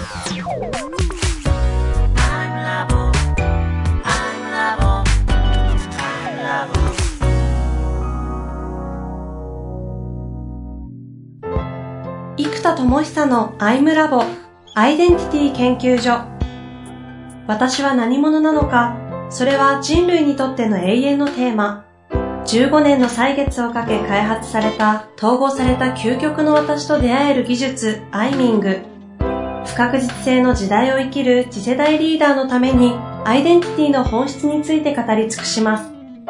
生田智久のアイムラボアイデンティティ研究所。私は何者なのか、それは人類にとっての永遠のテーマ。15年の歳月をかけ開発された統合された究極の私と出会える技術アイミング。不確実性の時代を生きる次世代リーダーのためにアイデンティティの本質について語り尽くします。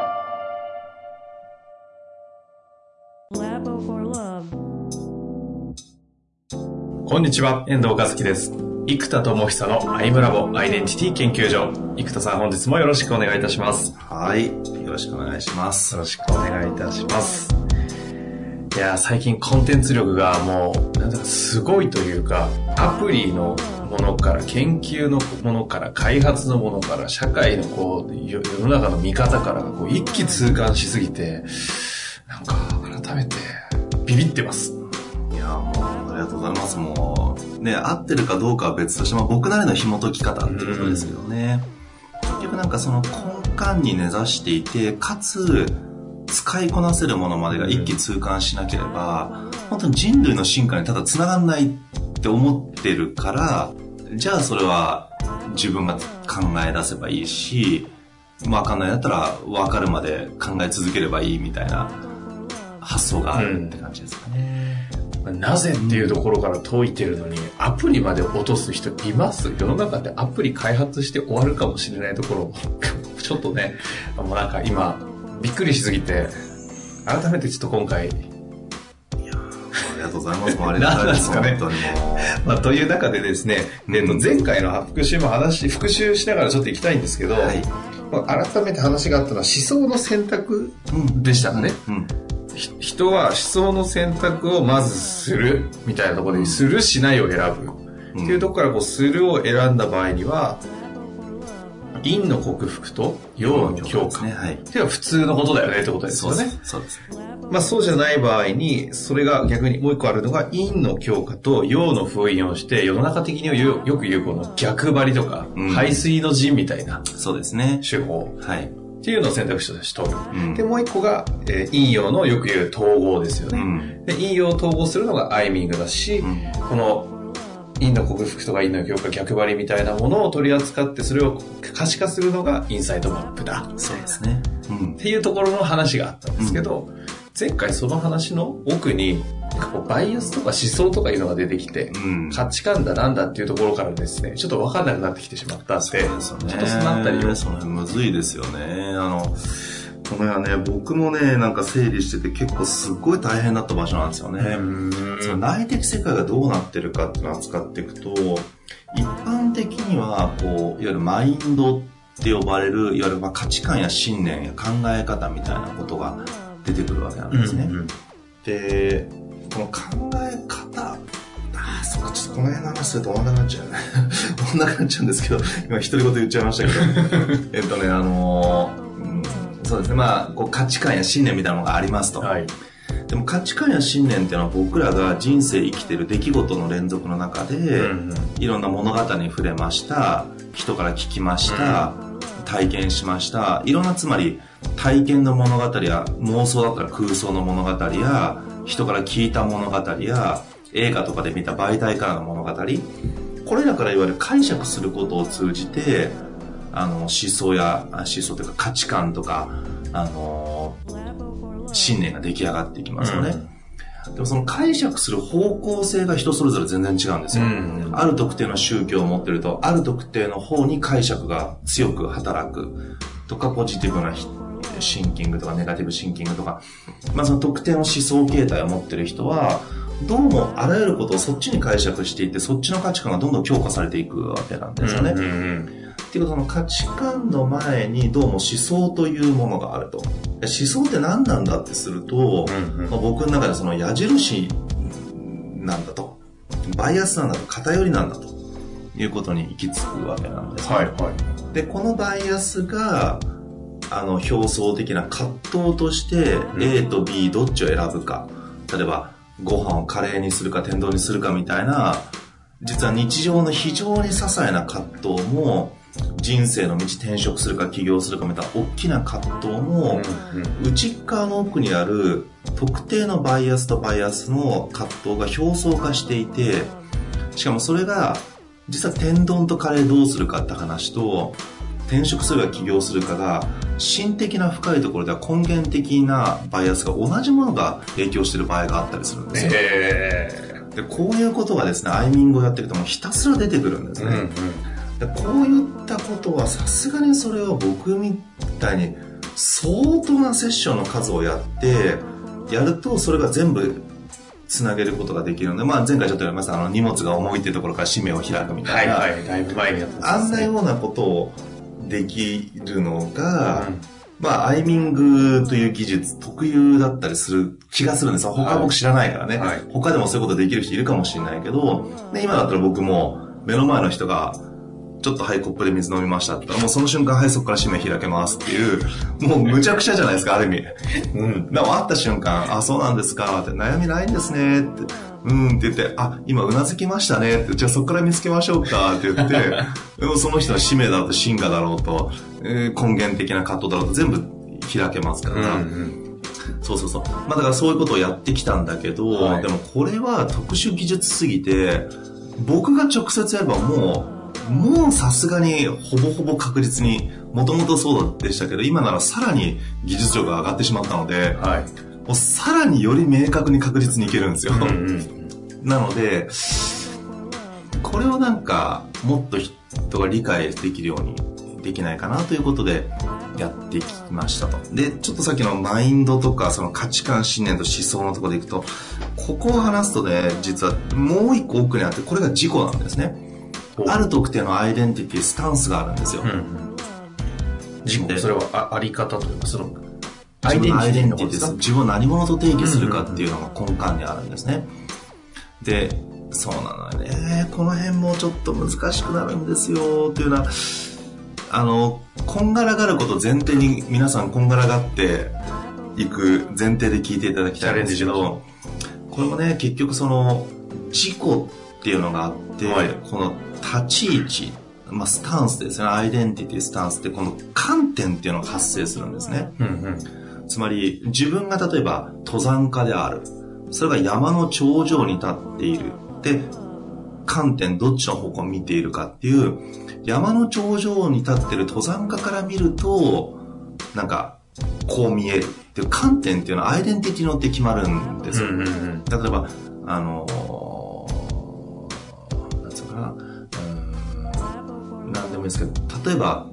こんにちは、遠藤和樹です。生田智久のアイムラボアイデンティティ研究所。生田さん、本日もよろしくお願いいたします。 はい、よろしくお願いします。 よろしくお願いいたします。いや、最近コンテンツ力がもうなんだかすごいというか、アプリのものから研究のものから開発のものから社会の世の中の見方から一気通貫しすぎて、なんか改めてビビってます。 いや、もうありがとうございます。もうね、合ってるかどうかは別として、僕なりの紐解き方ってことですよね。結局なんかその根幹に根ざしていて、かつ使いこなせるものまでが一気通貫しなければ、本当に人類の進化にただ繋がんないって思ってるから、じゃあそれは自分が考え出せばいいし、わかんないんだったらわかるまで考え続ければいいみたいな発想があるって感じですかね。 なぜっていうところから解いてるのに、アプリまで落とす人います？世の中でアプリ開発して終わるかもしれないところちょっとね、もうなんか今びっくりしすぎて、改めてちょっと今回、 いや、ありがとうございます。もうありがとうございます。 何ですかね。 本当にという中でですね、前回の復習しながらちょっと行きたいんですけど、はい、改めて話があったのは思想の選択でしたかね。人は思想の選択をまずするみたいなところで、するしないを選ぶっていうところからするを選んだ場合には、陰の克服と陽の強化っていうのは普通のことだよねってことですよね。 そうです。 そうじゃない場合に、それが逆にもう一個あるのが、陰の強化と陽の封印をして、世の中的によく言うこの逆張りとか、排水の陣みたいなそうですね。 手法。 はい。 っていうのを選択肢として取る。で、もう一個が、陰陽のよく言う統合ですよね。で、陰陽を統合するのがアイミングだし、この陰の克服とか陰の強化、逆張りみたいなものを取り扱って、それを可視化するのがインサイトマップだ。 そうですね。 っていうところの話があったんですけど、前回その話の奥に、バイアスとか思想とかいうのが出てきて、価値観だなんだっていうところからですね、ちょっと分かんなくなってきてしまったんで、ちょっとそのあたりを。 その辺むずいですよね。この辺はね、僕もね、なんか整理してて結構すごい大変だった場所なんですよね。その内的世界がどうなってるかっていうのを扱っていくと、一般的には、いわゆるマインドって呼ばれる、いわゆる価値観や信念や考え方みたいなことが出てくるわけなんですね。で、この考え方、そうか、ちょっとこの辺の話すると終わんなくなっちゃうね。終わんなくなっちゃうんですけど、今独り言言っちゃいましたけど、そうですね、価値観や信念みたいなのがありますと。はい、でも価値観や信念っていうのは僕らが人生生きてる出来事の連続の中で、いろんな物語に触れました、人から聞きました、体験しました、いろんなつまり体験の物語や妄想だったら空想の物語や人から聞いた物語や映画とかで見た媒体からの物語、これらからいわゆる解釈することを通じて思想というか価値観とか信念が出来上がっていきますよね。でもその解釈する方向性が人それぞれ全然違うんですよ。ある特定の宗教を持ってると、ある特定の方に解釈が強く働くとか、ポジティブなシンキングとかネガティブシンキングとか、その特定の思想形態を持ってる人は、どうもあらゆることをそっちに解釈していって、そっちの価値観がどんどん強化されていくわけなんですよね。っていうか、その価値観の前にどうも思想というものがあると。思想って何なんだってすると、僕の中でその矢印なんだと、バイアスなんだと、偏りなんだということに行き着くわけなんですね。で、このバイアスが表層的な葛藤として A と B どっちを選ぶか、例えばご飯をカレーにするか天丼にするかみたいな実は日常の非常に些細な葛藤も、人生の道転職するか起業するかみたいな大きな葛藤も、内側の奥にある特定のバイアスとバイアスの葛藤が表層化していて、しかもそれが実は天丼とカレーどうするかって話と、転職するか起業するかが心的な深いところでは根源的なバイアスが同じものが影響している場合があったりするんですよ。でこういうことがですね、アイミングをやっていくともうひたすら出てくるんですね。でこういったことはさすがにそれは僕みたいに相当なセッションの数をやってやるとそれが全部つなげることができるので、前回ちょっと言いました荷物が重いっていうところから使命を開くみたいな、 だいぶ前にやったんですね。 あんなようなことをできるのが、アイミングという技術特有だったりする気がするんですよ。他僕知らないからね、他でもそういうことできる人いるかもしれないけど、で今だったら僕も目の前の人がちょっとコップで水飲みましたって言ったらもうその瞬間そこから使命開けますっていう、もう無茶苦茶じゃないですか、ある意味。でも会った瞬間、そうなんですかって、悩みないんですねって、って言って、今うなずきましたねって、じゃあそこから見つけましょうかって言って、でもその人の使命だろうと真我だろうと、根源的な葛藤だろうと全部開けますから。そう。だからそういうことをやってきたんだけど、でもこれは特殊技術すぎて、僕が直接やればもうさすがにほぼほぼ確実に、もともとそうでしたけど、今ならさらに技術力が上がってしまったので、もうさらにより明確に確実にいけるんですよ。なので、これをなんかもっと人が理解できるようにできないかなということでやってきましたと。で、ちょっとさっきのマインドとかその価値観、信念と思想のところでいくと、ここを話すとね、実はもう一個奥にあって、これが自己なんですね。ある特定のアイデンティティ、スタンスがあるんですよ。 自己、それはあり方というか、そのアイデンティティです。自分を何者と定義するかっていうのが根幹にあるんですね。で、そうなのよね。この辺もちょっと難しくなるんですよっていうのは、こんがらがること前提に皆さんこんがらがっていく前提で聞いていただきたいんですけど、これもね、結局その自己っていうのがあって、この立ち位置、スタンスですね。アイデンティティ、スタンスってこの観点っていうのが発生するんですね。つまり自分が例えば登山家である。それが山の頂上に立っている。で、観点どっちの方向を見ているかっていう、山の頂上に立っている登山家から見ると、なんかこう見えるっていう観点っていうのはアイデンティティによって決まるんですよ。例えば、なんつうかな、なんでもいいですけど、例えば、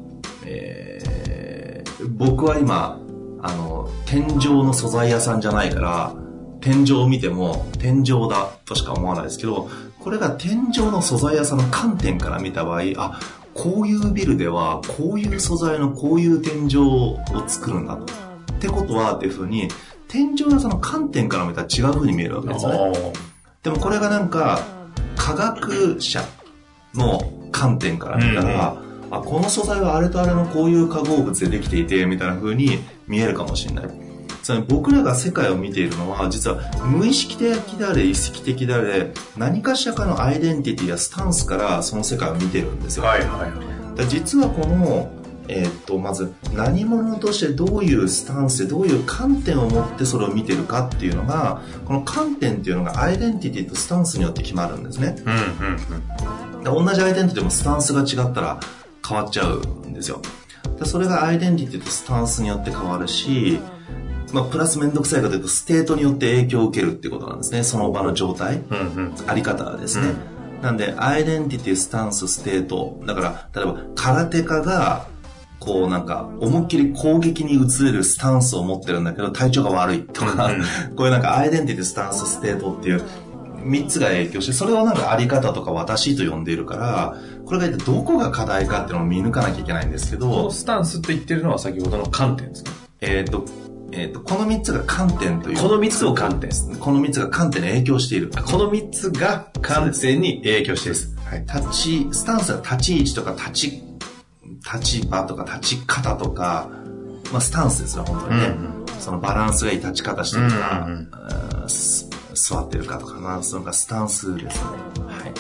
僕は今、天井の素材屋さんじゃないから、天井を見ても天井だとしか思わないですけど、これが天井の素材屋さんの観点から見た場合、こういうビルではこういう素材のこういう天井を作るんだと。ってことはっていう風に、天井屋さんの観点から見たら違う風に見えるわけですよね。でもこれがなんか、科学者の観点から見たら、この素材はあれとあれのこういう化合物でできていて、みたいな風に見えるかもしれない。つまり僕らが世界を見ているのは、実は無意識的であれ、意識的であれ、何かしらかのアイデンティティやスタンスからその世界を見てるんですよ。実はこの、まず何者としてどういうスタンスでどういう観点を持ってそれを見てるかっていうのが、この観点っていうのがアイデンティティとスタンスによって決まるんですね。同じアイデンティティでもスタンスが違ったら変わっちゃうんですよ。でそれがアイデンティティとスタンスによって変わるし、プラスめんどくさいかというとステートによって影響を受けるっていうことなんですね。その場の状態、あり方ですね。なんでアイデンティティ、スタンス、ステートだから、例えば空手家がこうなんか思いっきり攻撃に移れるスタンスを持ってるんだけど体調が悪いとか、こういうなんかアイデンティティ、スタンス、ステートっていう3つが影響して、それをなんかあり方とか私と呼んでいるから、これが一体どこが課題かっていうのを見抜かなきゃいけないんですけど、 このスタンスって言ってるのは先ほどの観点ですか？ この3つが観点という。 この3つを観点です。 この3つが観点に影響している。 この3つが観点に影響している。 スタンスは立ち位置とか立場とか立ち方とか、スタンスですよ、本当にね。そのバランスがいい立ち方してるか、座ってるかとかな、そのスタンスですよね。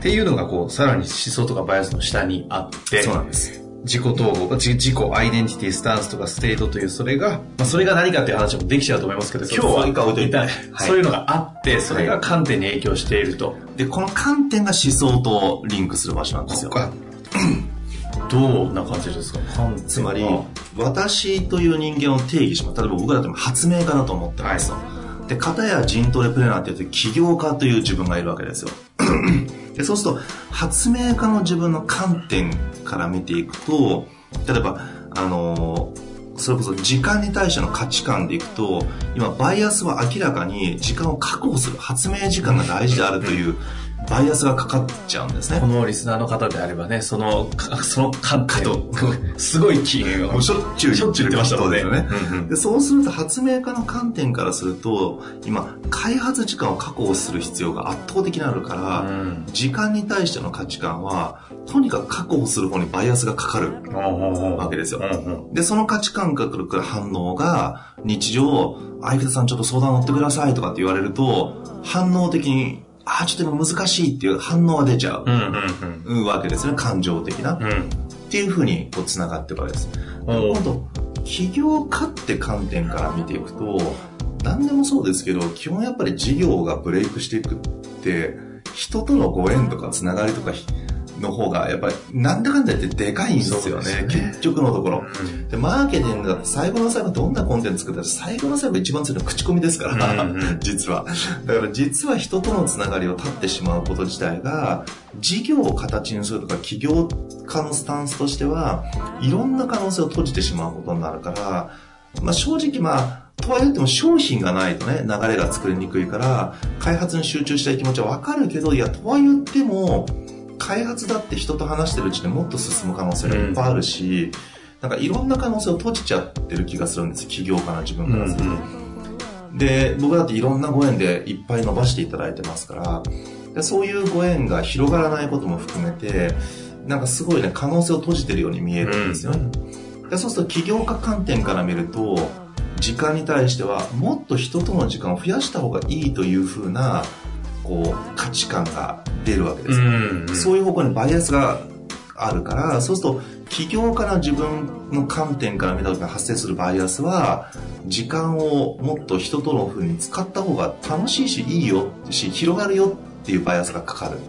っていうのがこうさらに思想とかバイアスの下にあって、 そうなんです。 自己統合、自己アイデンティティ、スタンスとかステートというそれが、それが何かっていう話もできちゃうと思いますけど、今日は一旦そういうのがあって、それが観点に影響していると。 で、この観点が思想とリンクする場所なんですよ。 どうな感じですか？ つまり、私という人間を定義します。例えば僕らでも発明家だと思ってますと。で、片やジントレプレナーって言って起業家という自分がいるわけですよ。で、そうすると、発明家の自分の観点から見ていくと、例えば、それこそ時間に対しての価値観でいくと、今、バイアスは明らかに時間を確保する、発明時間が大事であるというバイアスがかかっちゃうんですね。 このリスナーの方であればね、その観点と、すごい気がしょっちゅう言ってましたので、 ね。 で、そうすると発明家の観点からすると、今、開発時間を確保する必要が圧倒的にあるから、時間に対しての価値観は、とにかく確保する方にバイアスがかかるわけですよ。で、その価値観から来る反応が、日常、相方さんちょっと相談乗ってくださいとかって言われると、反応的に、ちょっと難しいっていう反応が出ちゃうわけですね。感情的な。っていう風にこう繋がっていくわけです。今度、起業家って観点から見ていくと、何でもそうですけど、基本やっぱり事業がブレイクしていくって、人とのご縁とか繋がりとかの方がやっぱりなんだかんだ言ってでかいんですよね。結局のところ。で、マーケティングだって最後の最後どんなコンテンツ作ったら最後の最後一番強いのは口コミですから、実は。だから実は人とのつながりを断ってしまうこと自体が、事業を形にするとか起業家のスタンスとしてはいろんな可能性を閉じてしまうことになるから、正直とは言っても商品がないとね、流れが作りにくいから、開発に集中したい気持ちはわかるけど、いや、とは言っても、開発だって人と話してるうちにもっと進む可能性がいっぱいあるし、なんかいろんな可能性を閉じちゃってる気がするんですよ、起業家な自分からすると。で、僕だっていろんなご縁でいっぱい伸ばしていただいてますから、でそういうご縁が広がらないことも含めて、なんかすごいね、可能性を閉じてるように見えるんですよね。でそうすると起業家観点から見ると、時間に対してはもっと人との時間を増やした方がいいという風なこう価値観が出るわけです。そういう方向にバイアスがあるから、そうすると起業家の自分の観点から見た時に発生するバイアスは、時間をもっと人との風に使った方が楽しいしいいよし広がるよっていうバイアスがかかる。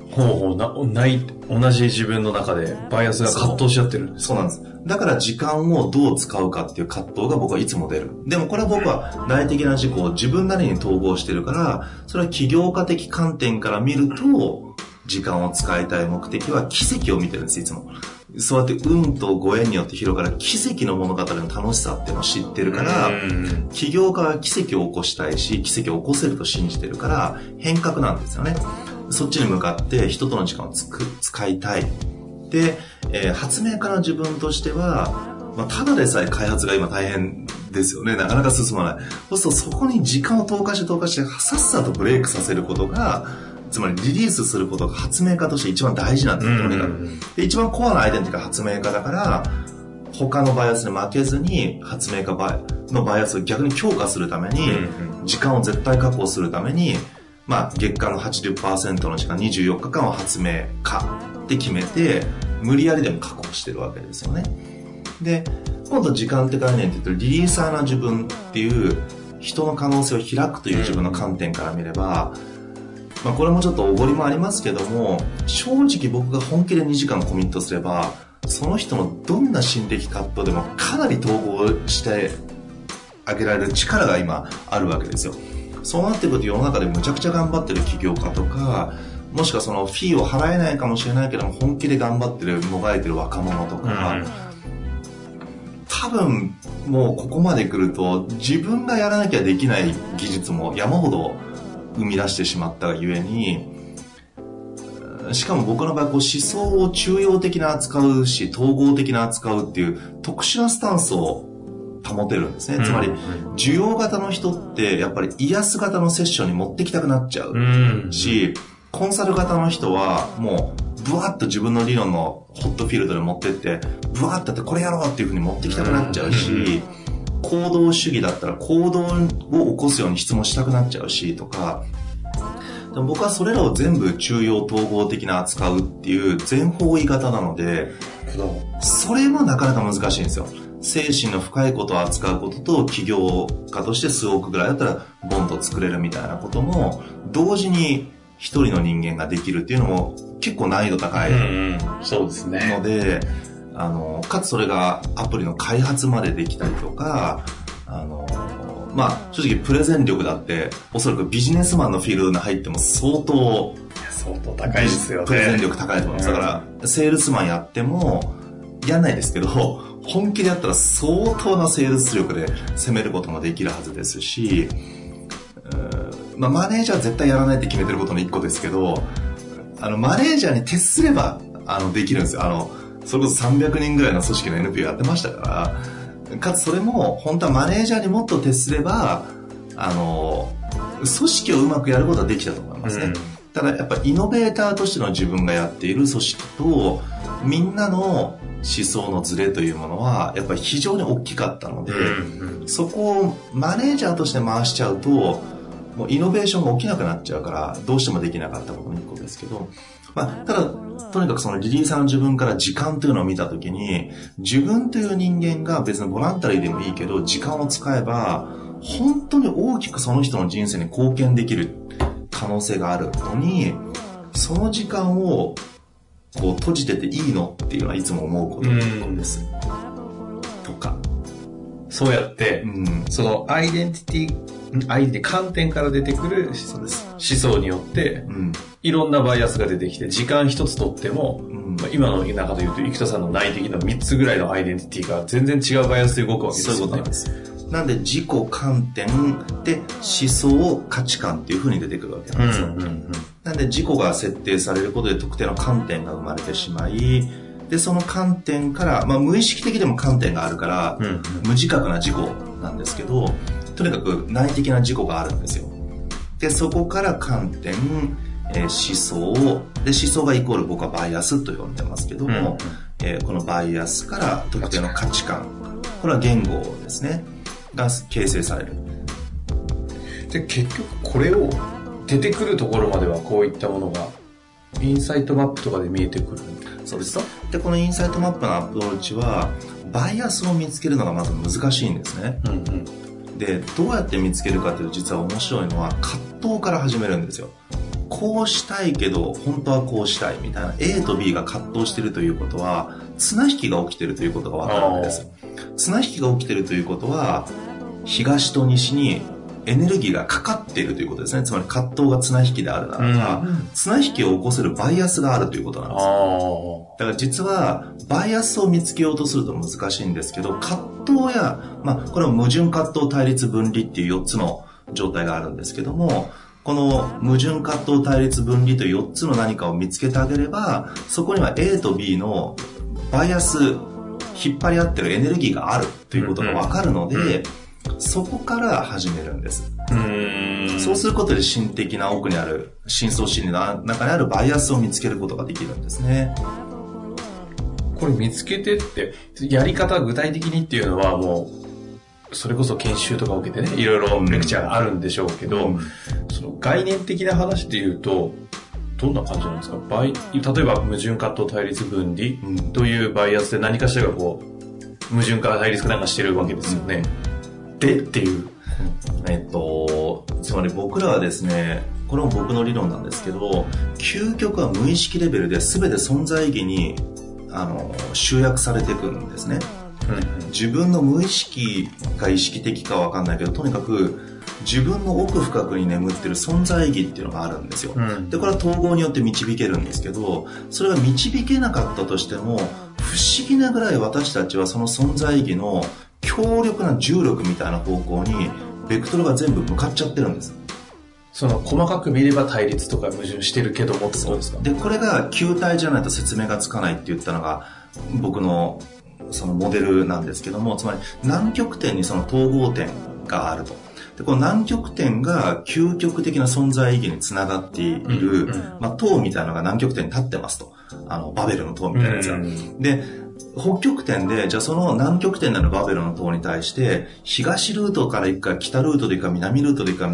同じ自分の中でバイアスが葛藤し合ってる。 そうなんです。だから時間をどう使うかっていう葛藤が僕はいつも出る。でもこれは僕は内的な自己を自分なりに統合してるから、それは起業家的観点から見ると、時間を使いたい目的は奇跡を見てるんです、いつも。そうやって運とご縁によって広がる奇跡の物語の楽しさっていうのを知ってるから、起業家は奇跡を起こしたいし、奇跡を起こせると信じてるから、変革なんですよね。そっちに向かって人との時間を使いたい。で、発明家の自分としては、ただでさえ開発が今大変ですよね。なかなか進まない。そうするとそこに時間を投下してさっさとブレイクさせることが、つまりリリースすることが発明家として一番大事なんですよ、とにかく。で、一番コアなアイデンティティが発明家だから、他のバイアスに負けずに発明家のバイアスを逆に強化するために、時間を絶対確保するために、月間の 80% の時間24日間は発明家って決めて、無理やりでも確保してるわけですよね。で、今度時間って概念って言うと、リリーサーな自分っていう人の可能性を開くという自分の観点から見れば、これもちょっとおごりもありますけども、正直僕が本気で2時間コミットすれば、その人のどんな心的葛藤でもかなり統合してあげられる力が今あるわけですよ。そうなってくると世の中でむちゃくちゃ頑張ってる起業家とか、もしくはそのフィーを払えないかもしれないけども本気で頑張ってるもがいてる若者とか、多分もうここまで来ると自分がやらなきゃできない技術も山ほど生み出してしまったがゆえに、しかも僕の場合思想を中庸的な扱うし統合的な扱うっていう特殊なスタンスを保てるんですね。つまり需要型の人ってやっぱり癒す型のセッションに持ってきたくなっちゃうし、コンサル型の人はもうブワッと自分の理論のホットフィールドに持ってってブワッとやってこれやろうっていう風に持ってきたくなっちゃうし、行動主義だったら行動を起こすように質問したくなっちゃうしとか、 でも僕はそれらを全部中庸統合的な扱うっていう全方位型なので、それもなかなか難しいんですよ。精神の深いことを扱うことと、起業家として数億ぐらいだったらボンと作れるみたいなことも同時に一人の人間ができるっていうのも結構難易度高いそうですね。 ので、かつそれがアプリの開発までできたりとか、正直プレゼン力だっておそらくビジネスマンのフィールドに入っても相当高いですよね。 プレゼン力高いと思います。だからセールスマンやってもやんないですけど、本気でやったら相当なセールス力で攻めることもできるはずですし、マネージャーは絶対やらないって決めてることの一個ですけど、マネージャーに徹すればできるんですよ。それこそ300人ぐらいの組織の NPO やってましたから、かつそれも本当はマネージャーにもっと徹すれば組織をうまくやることはできたと思いますね。ただやっぱイノベーターとしての自分がやっている組織とみんなの思想のズレというものはやっぱり非常に大きかったので、そこをマネージャーとして回しちゃうともうイノベーションが起きなくなっちゃうからどうしてもできなかったことの一個ですけど、ただとにかくそのリリーさんの自分から時間というのを見たときに、自分という人間が別にボランタリーでもいいけど時間を使えば本当に大きくその人の人生に貢献できる可能性があるのに、その時間をこう閉じてていいのっていうのはいつも思うことです。とか。 そうやって、そのアイデンティティ、観点から出てくる思想によって、いろんなバイアスが出てきて、時間一つとっても、今の中で言うと、生田さんの内的な3つぐらいのアイデンティティが全然違うバイアスで動くわけですよね。 そういうことなんです。なんで自己観点で思想価値観っていう風に出てくるわけなんですよ。なんで自己が設定されることで特定の観点が生まれてしまい、でその観点から、無意識的でも観点があるから、無自覚な自己なんですけど、とにかく内的な自己があるんですよ。でそこから観点、思想で思想がイコール僕はバイアスと呼んでますけども、このバイアスから特定の価値観、これは言語ですねが形成される。 で結局これを出てくるところまではこういったものがインサイトマップとかで見えてくる。 そうです。でこのインサイトマップのアプローチはバイアスを見つけるのがまず難しいんですね。でどうやって見つけるかというと、実は面白いのは葛藤から始めるんですよ。こうしたいけど本当はこうしたいみたいな A と B が葛藤しているということは綱引きが起きているということが分かるわけです。綱引きが起きているということは東と西にエネルギーがかかっているということですね。つまり葛藤が綱引きであるならば、綱引きを起こせるバイアスがあるということなんですよ。だから実はバイアスを見つけようとすると難しいんですけど、葛藤や、これは矛盾葛藤対立分離っていう4つの状態があるんですけども、この矛盾葛藤対立分離という4つの何かを見つけてあげれば、そこには A と B のバイアス引っ張り合ってるエネルギーがあるということが分かるので、そこから始めるんです。そうすることで心的な奥にある深層心理の中にあるバイアスを見つけることができるんですね。 これ見つけてってやり方具体的にっていうのはもうそれこそ研修とか受けてね、いろいろレクチャーがあるんでしょうけど、その概念的な話で言うとどんな感じなんですか？例えば矛盾葛藤対立分離というバイアスで何かしらがこう矛盾か対立かなんかしてるわけですよね。でっていうつまり僕らはですね、これも僕の理論なんですけど、究極は無意識レベルで全て存在意義に集約されていくんですね。自分の無意識か意識的かは分かんないけど、とにかく自分の奥深くに眠ってる存在意義っていうのがあるんですよ。でこれは統合によって導けるんですけど、それが導けなかったとしても不思議なぐらい私たちはその存在意義の強力な重力みたいな方向にベクトルが全部向かっちゃってるんです。 その細かく見れば対立とか矛盾してるけどもってことですか？ でこれが球体じゃないと説明がつかないって言ったのが僕のそのモデルなんですけども、つまり南極点にその統合点があると。でこの南極点が究極的な存在意義につながっている、塔みたいなのが南極点に立ってますと。バベルの塔みたいなやつが。で北極点で、じゃあその南極点なるバベルの塔に対して東ルートから行くか北ルートで行くか南ルートで行くか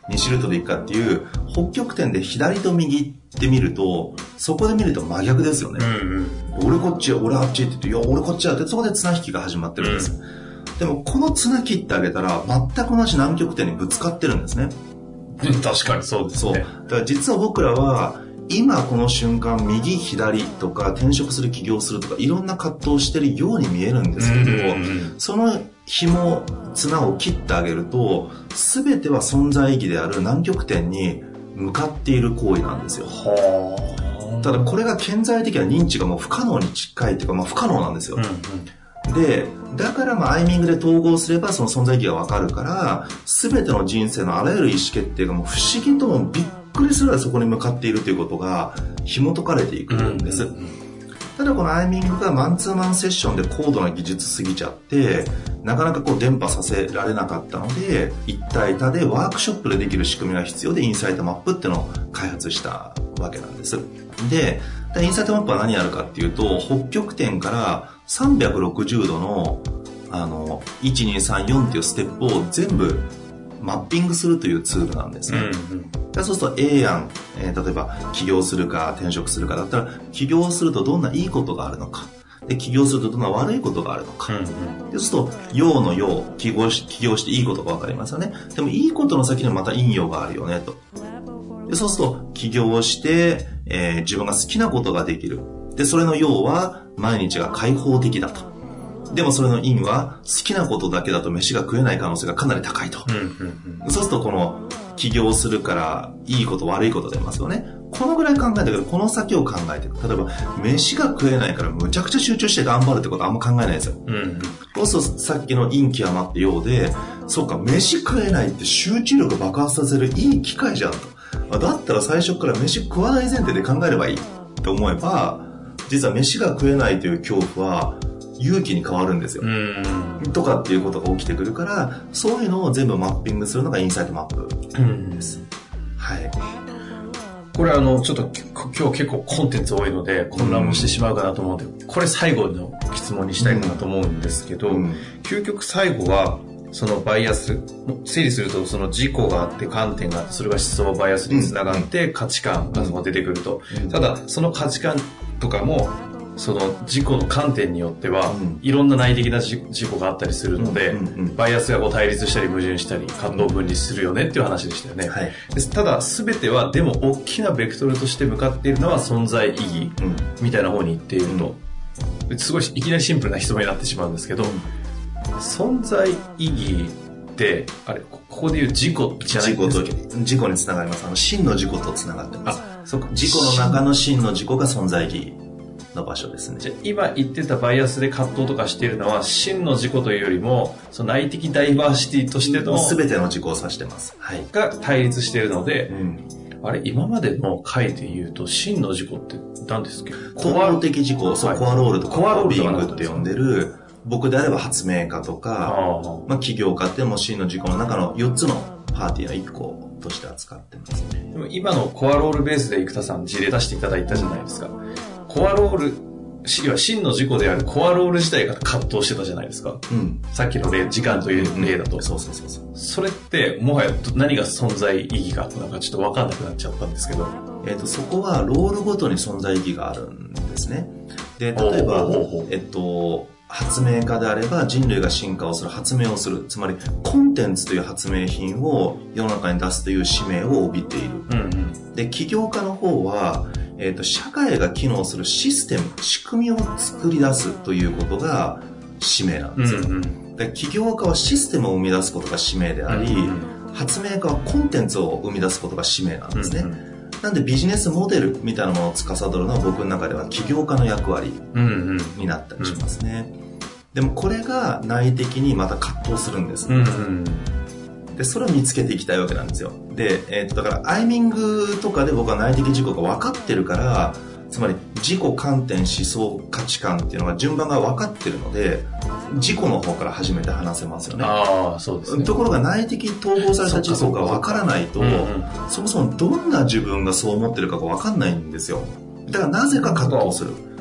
西ルートで行くかっていう、北極点で左と右って見ると、そこで見ると真逆ですよね。俺こっち、俺あっちって言って、いや、俺こっちだって、そこで綱引きが始まってるんです。でも、この綱切ってあげたら、全く同じ南極点にぶつかってるんですね。 確かにそうですね。 そう。だから実は僕らは、今この瞬間、右、左とか、転職する、起業するとか、いろんな葛藤をしてるように見えるんですけど、その紐、綱を切ってあげると、すべては存在意義である南極点に向かっている行為なんですよ。ただこれが顕在的な認知がもう不可能に近いっていうか、不可能なんですよ。で、だからアイミングで統合すればその存在意義がわかるから、すべての人生のあらゆる意思決定がもう不思議ともびっくりするぐらいそこに向かっているということが紐解かれていくんです。ただこのアイミングがマンツーマンセッションで高度な技術すぎちゃって、なかなか伝播させられなかったので、一対多でワークショップでできる仕組みが必要でインサイトマップっていうのを開発したわけなんです。で、インサイトマップは何やるかっていうと、北極点から360度の1234っていうステップを全部マッピングするというツールなんですね。そうすると A 案、例えば起業するか転職するかだったら、起業するとどんないいことがあるのか、で起業するとどんな悪いことがあるのか、でそうすると陽の陽、起業していいことが分かりますよね。でもいいことの先にはまた陰陽があるよねと。でそうすると起業して、自分が好きなことができる。でそれの陽は毎日が開放的だと。でもそれの陰は好きなことだけだと飯が食えない可能性がかなり高いと。そうするとこの起業するからいいこと悪いこと出ますよね。このぐらい考えたけど、この先を考えていく。例えば飯が食えないからむちゃくちゃ集中して頑張るってことはあんま考えないですよ。そうするとさっきの陰極まって陽で、そうか飯食えないって集中力爆発させるいい機会じゃんと。だったら最初から飯食わない前提で考えればいいと思えば、実は飯が食えないという恐怖は勇気に変わるんですよ。とかっていうことが起きてくるから、そういうのを全部マッピングするのがインサイトマップです。はい。 これちょっと今日結構コンテンツ多いので混乱もしてしまうかなと思うので、これ最後の質問にしたいかなと思うんですけど、究極最後はそのバイアス、整理するとその自己があって観点があって、それが思想バイアスにつながって価値観がそこ出てくると。ただその価値観とかもその自己の観点によっては、いろんな内的な自己があったりするので、バイアスが対立したり矛盾したり感動分離するよねっていう話でしたよね。ただ全てはでも大きなベクトルとして向かっているのは存在意義みたいな方に行っていると、すごいいきなりシンプルな質問になってしまうんですけど、存在意義ってあれここでいう自己じゃないですか。 自己につながります。真の自己とつながってます。そうか、自己の中の真の自己が存在意義の場所ですね。 じゃあ今言ってたバイアスで葛藤とかしているのは真の自己というよりもその内的ダイバーシティとしての全ての自己を指してます、 が対立しているので、あれ今までの回で言うと真の自己って何ですか？ コアロ的自己、コアロールとかコアビーイングって呼んでる、僕であれば発明家とか、起業家っても真の自己の中の4つのパーティーの1個として扱ってますね。 でも今のコアロールベースで生田さん事例出していただいたじゃないですか。コアロール、真の自己であるコアロール自体が葛藤してたじゃないですか。さっきの例、時間という例だと。それってもはや何が存在意義かなんかちょっと分かんなくなっちゃったんですけど。 そこはロールごとに存在意義があるんですね。で、例えば、発明家であれば人類が進化をする、発明をする、つまりコンテンツという発明品を世の中に出すという使命を帯びている。で、起業家の方は、社会が機能するシステム、仕組みを作り出すということが使命なんですよ。で、起業家はシステムを生み出すことが使命であり、発明家はコンテンツを生み出すことが使命なんですね。なんでビジネスモデルみたいなものを司るのは僕の中では起業家の役割になったりしますね。でもこれが内的にまた葛藤するんです。で、それを見つけていきたいわけなんですよ。で、だからアイミングとかで僕は内的自己が分かってるから、つまり自己観点思想価値観っていうのが順番が分かってるので、自己の方から初めて話せますよね。 そうですね。 ところが内的統合された自己が分からないと、そもそもどんな自分がそう思ってるかが分かんないんですよ。だからなぜか葛藤する。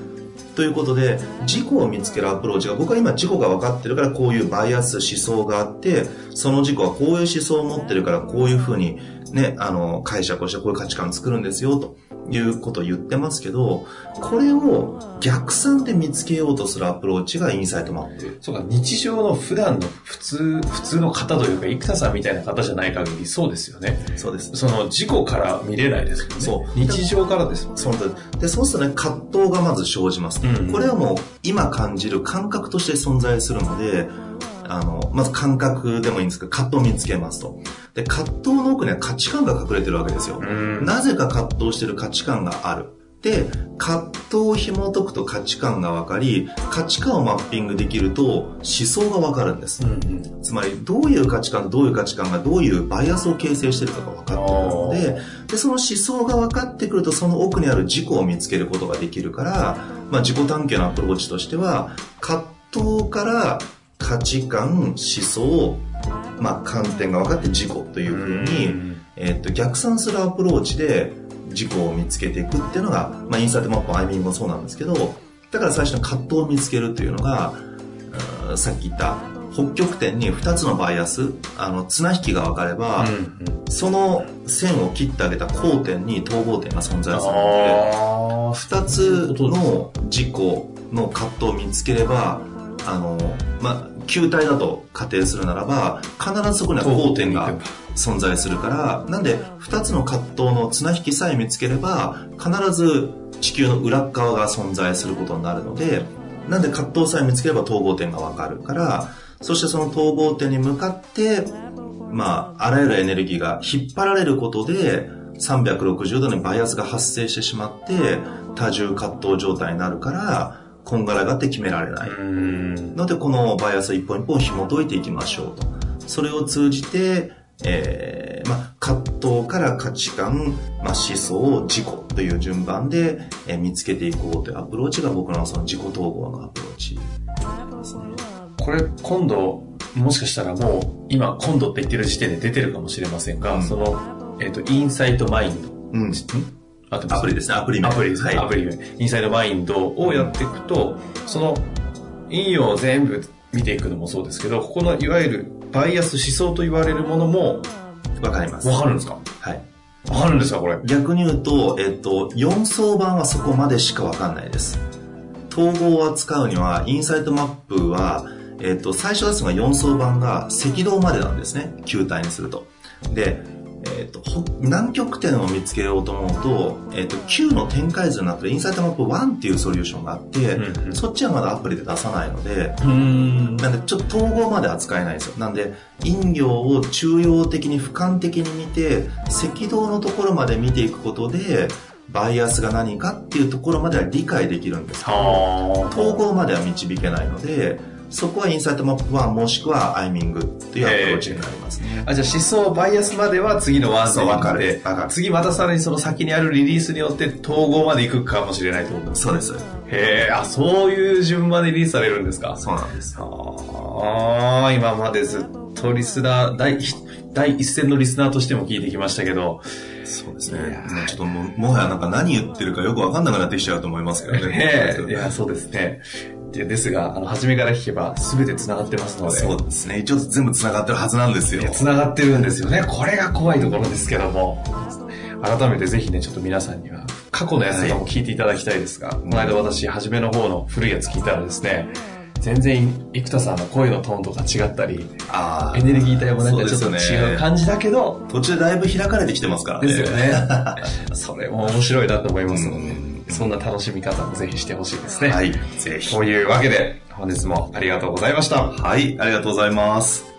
ということで、自己を見つけるアプローチが、僕は今自己が分かってるからこういうバイアス思想があって、その自己はこういう思想を持ってるからこういうふうにね、解釈をしてこういう価値観を作るんですよということを言ってますけど、これを逆算で見つけようとするアプローチがインサイトマップ。 そうか、日常の普段の普通の方というか、生田さんみたいな方じゃない限りそうですよね。 そうです。 その自己から見れないですよね。そう。日常からですもんね。 そうで、そうするとね、葛藤がまず生じます。これはもう今感じる感覚として存在するので、まず感覚でもいいんですけど、葛藤を見つけますと。で、葛藤の奥には価値観が隠れてるわけですよ。なぜか葛藤してる価値観がある。で、葛藤を紐解くと価値観が分かり、価値観をマッピングできると思想が分かるんです。つまり、どういう価値観とどういう価値観がどういうバイアスを形成しているかが分かってくるので、その思想が分かってくると、その奥にある自己を見つけることができるから、自己探求のアプローチとしては、葛藤から価値観、思想、観点が分かって自己というふうに、逆算するアプローチで自己を見つけていくっていうのが、インサイトマップ、アイミングもそうなんですけど、だから最初の葛藤を見つけるというのが、さっき言った北極点に2つのバイアス、綱引きが分かれば、その線を切ってあげた交点に統合点が存在するので、2つの自己の葛藤を見つければ、球体だと仮定するならば、必ずそこには交点が存在するから、なんで2つの葛藤の綱引きさえ見つければ、必ず地球の裏側が存在することになるので、なんで葛藤さえ見つければ統合点がわかるから、そしてその統合点に向かって、あらゆるエネルギーが引っ張られることで、360度にバイアスが発生してしまって、多重葛藤状態になるから、こんがらがって決められないので、このバイアスを一本一本紐解いていきましょうと。それを通じて、葛藤から価値観、思想、自己という順番で、見つけていこうというアプローチが僕のその自己統合のアプローチですね。 これ今度もしかしたらもう今度って言ってる時点で出てるかもしれませんが、そのインサイトマインド、 アプリですね。アプリですね。アプリ名。インサイドマインドをやっていくと、その引用を全部見ていくのもそうですけど、ここのいわゆるバイアス思想と言われるものもわかります。 わかるんですか？ はい。 わかるんですかこれ？ 逆に言うと、4層版はそこまでしかわかんないです。統合を扱うには、インサイトマップは、最初出すのが4層版が赤道までなんですね。球体にすると。で、南極点を見つけようと思うと、9の展開図になってるインサイトマップ1っていうソリューションがあって、そっちはまだアプリで出さないので、なんでちょっと統合まで扱えないんですよ。なんで、引用を中庸的に俯瞰的に見て、赤道のところまで見ていくことで、バイアスが何かっていうところまでは理解できるんですけど、統合までは導けないので、そこはインサイトマップ1もしくはアイミングというアプローチになりますね。 じゃあ思想バイアスまでは次のワンで分かる。 次またさらにその先にあるリリースによって統合までいくかもしれないってことですね。そうです。 そういう順番でリリースされるんですか？ そうなんです。 今までずっとリスナー、第一線のリスナーとしても聞いてきましたけど。 そうですね。ちょっともはやなんか何言ってるかよくわかんなくなってきちゃうと思いますけどね。 いや、そうですね。ですが、初めから聞けば全て繋がってますので。 そうですね。一応全部繋がってるはずなんですよ。 繋がってるんですよね。これが怖いところですけども。改めてぜひね、ちょっと皆さんには過去のやつとかも聞いていただきたいですが、この間私、初めの方の古いやつ聞いたらですね、全然生田さんの声のトーンとか違ったり、エネルギー体もなんかちょっと違う感じだけど、 途中だいぶ開かれてきてますからね。 ですよね。それも面白いなと思いますので、そんな楽しみ方もぜひしてほしいですね。 はい、ぜひ。 というわけで、本日もありがとうございました。 はい、ありがとうございます。